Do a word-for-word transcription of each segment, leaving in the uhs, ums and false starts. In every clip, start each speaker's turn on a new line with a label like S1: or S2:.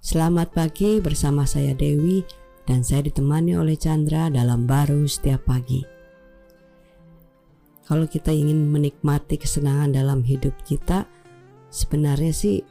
S1: Selamat pagi bersama saya Dewi dan saya ditemani oleh Chandra dalam Baru Setiap Pagi. Kalau kita ingin menikmati kesenangan dalam hidup kita, sebenarnya sih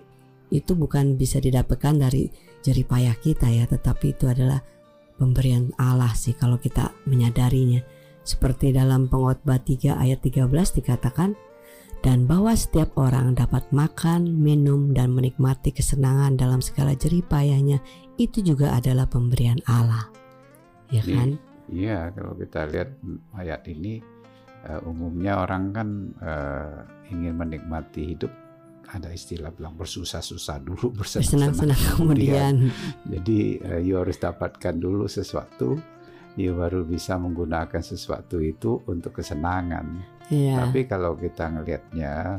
S1: itu bukan bisa didapatkan dari jerih payah kita ya, tetapi itu adalah pemberian Allah sih kalau kita menyadarinya. Seperti dalam Pengkhotbah tiga ayat tiga belas dikatakan, dan bahwa setiap orang dapat makan, minum, dan menikmati kesenangan dalam segala jerih payahnya, itu juga adalah pemberian Allah, ya kan?
S2: Iya, kalau kita lihat ayat ini, uh, umumnya orang kan uh, ingin menikmati hidup, ada istilah bilang bersusah-susah dulu, bersenang-senang kemudian. Jadi uh, you harus dapatkan dulu sesuatu, you baru bisa menggunakan sesuatu itu untuk kesenangan. Yeah. Tapi kalau kita ngelihatnya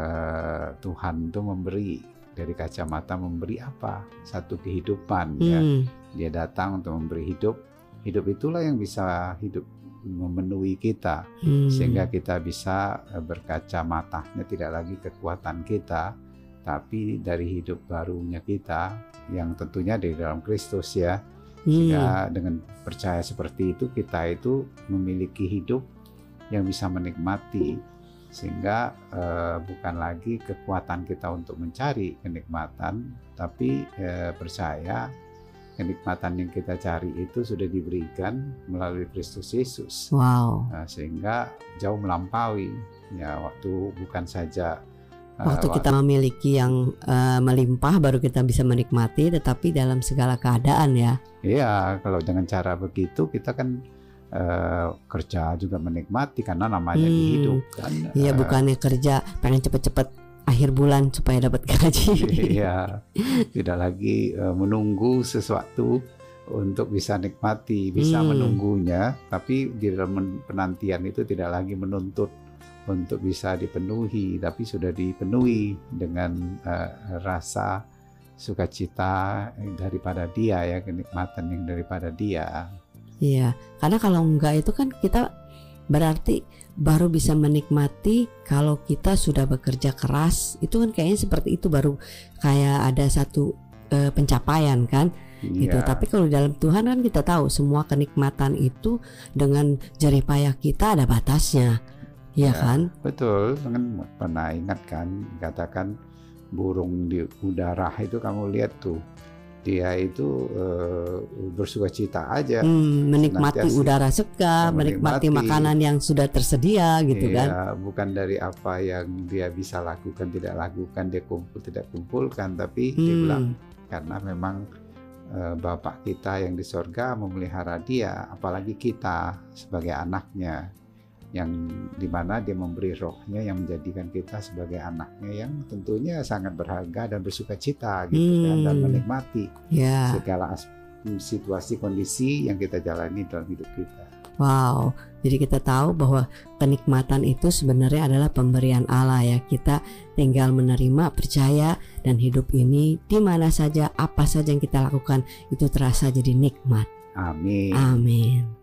S2: uh, Tuhan itu memberi dari kacamata memberi apa? Satu kehidupan, mm. ya. Dia datang untuk memberi hidup. Hidup itulah yang bisa hidup memenuhi kita, mm. sehingga kita bisa uh, berkaca matanya tidak lagi kekuatan kita, tapi dari hidup barunya kita yang tentunya dari dalam Kristus ya. Sehingga mm. dengan percaya seperti itu kita itu memiliki hidup yang bisa menikmati, sehingga uh, bukan lagi kekuatan kita untuk mencari kenikmatan, tapi uh, percaya kenikmatan yang kita cari itu sudah diberikan melalui Kristus Yesus.
S1: Wow.
S2: Uh, sehingga jauh melampaui ya, waktu bukan saja uh,
S1: waktu kita waktu, memiliki yang uh, melimpah baru kita bisa menikmati, tetapi dalam segala keadaan ya.
S2: Iya, kalau dengan cara begitu kita kan Uh, kerja juga menikmati karena namanya hmm, hidup kan.
S1: Iya, uh, bukannya kerja pengen cepet-cepet akhir bulan supaya dapat gaji.
S2: Iya, tidak lagi uh, menunggu sesuatu untuk bisa nikmati, bisa hmm. menunggunya, tapi di dalam penantian itu tidak lagi menuntut untuk bisa dipenuhi, tapi sudah dipenuhi dengan uh, rasa sukacita daripada Dia ya, kenikmatan yang daripada Dia.
S1: Iya, karena kalau enggak itu kan kita berarti baru bisa menikmati kalau kita sudah bekerja keras. Itu kan kayaknya seperti itu baru kayak ada satu e, pencapaian kan. Iya. Gitu. Tapi kalau dalam Tuhan kan kita tahu semua kenikmatan itu dengan jerih payah kita ada batasnya. Iya ya, kan?
S2: Betul, kan pernah ingat kan katakan burung di udara itu kamu lihat tuh. Dia itu uh, bersukacita aja,
S1: hmm, menikmati udara segar, menikmati, menikmati makanan yang sudah tersedia gitu iya, kan.
S2: Bukan dari apa yang dia bisa lakukan, tidak lakukan, dia kumpul, tidak kumpulkan, tapi hmm. dia bilang karena memang uh, Bapak kita yang di sorga memelihara dia, apalagi kita sebagai anaknya, yang dimana dia memberi rohnya yang menjadikan kita sebagai anaknya yang tentunya sangat berharga dan bersukacita gitu hmm. kan, dan menikmati yeah. segala situasi kondisi yang kita jalani dalam hidup kita.
S1: Wow, jadi kita tahu bahwa kenikmatan itu sebenarnya adalah pemberian Allah ya. Kita tinggal menerima, percaya, dan hidup ini di mana saja, apa saja yang kita lakukan itu terasa jadi nikmat.
S2: Amin.
S1: Amin.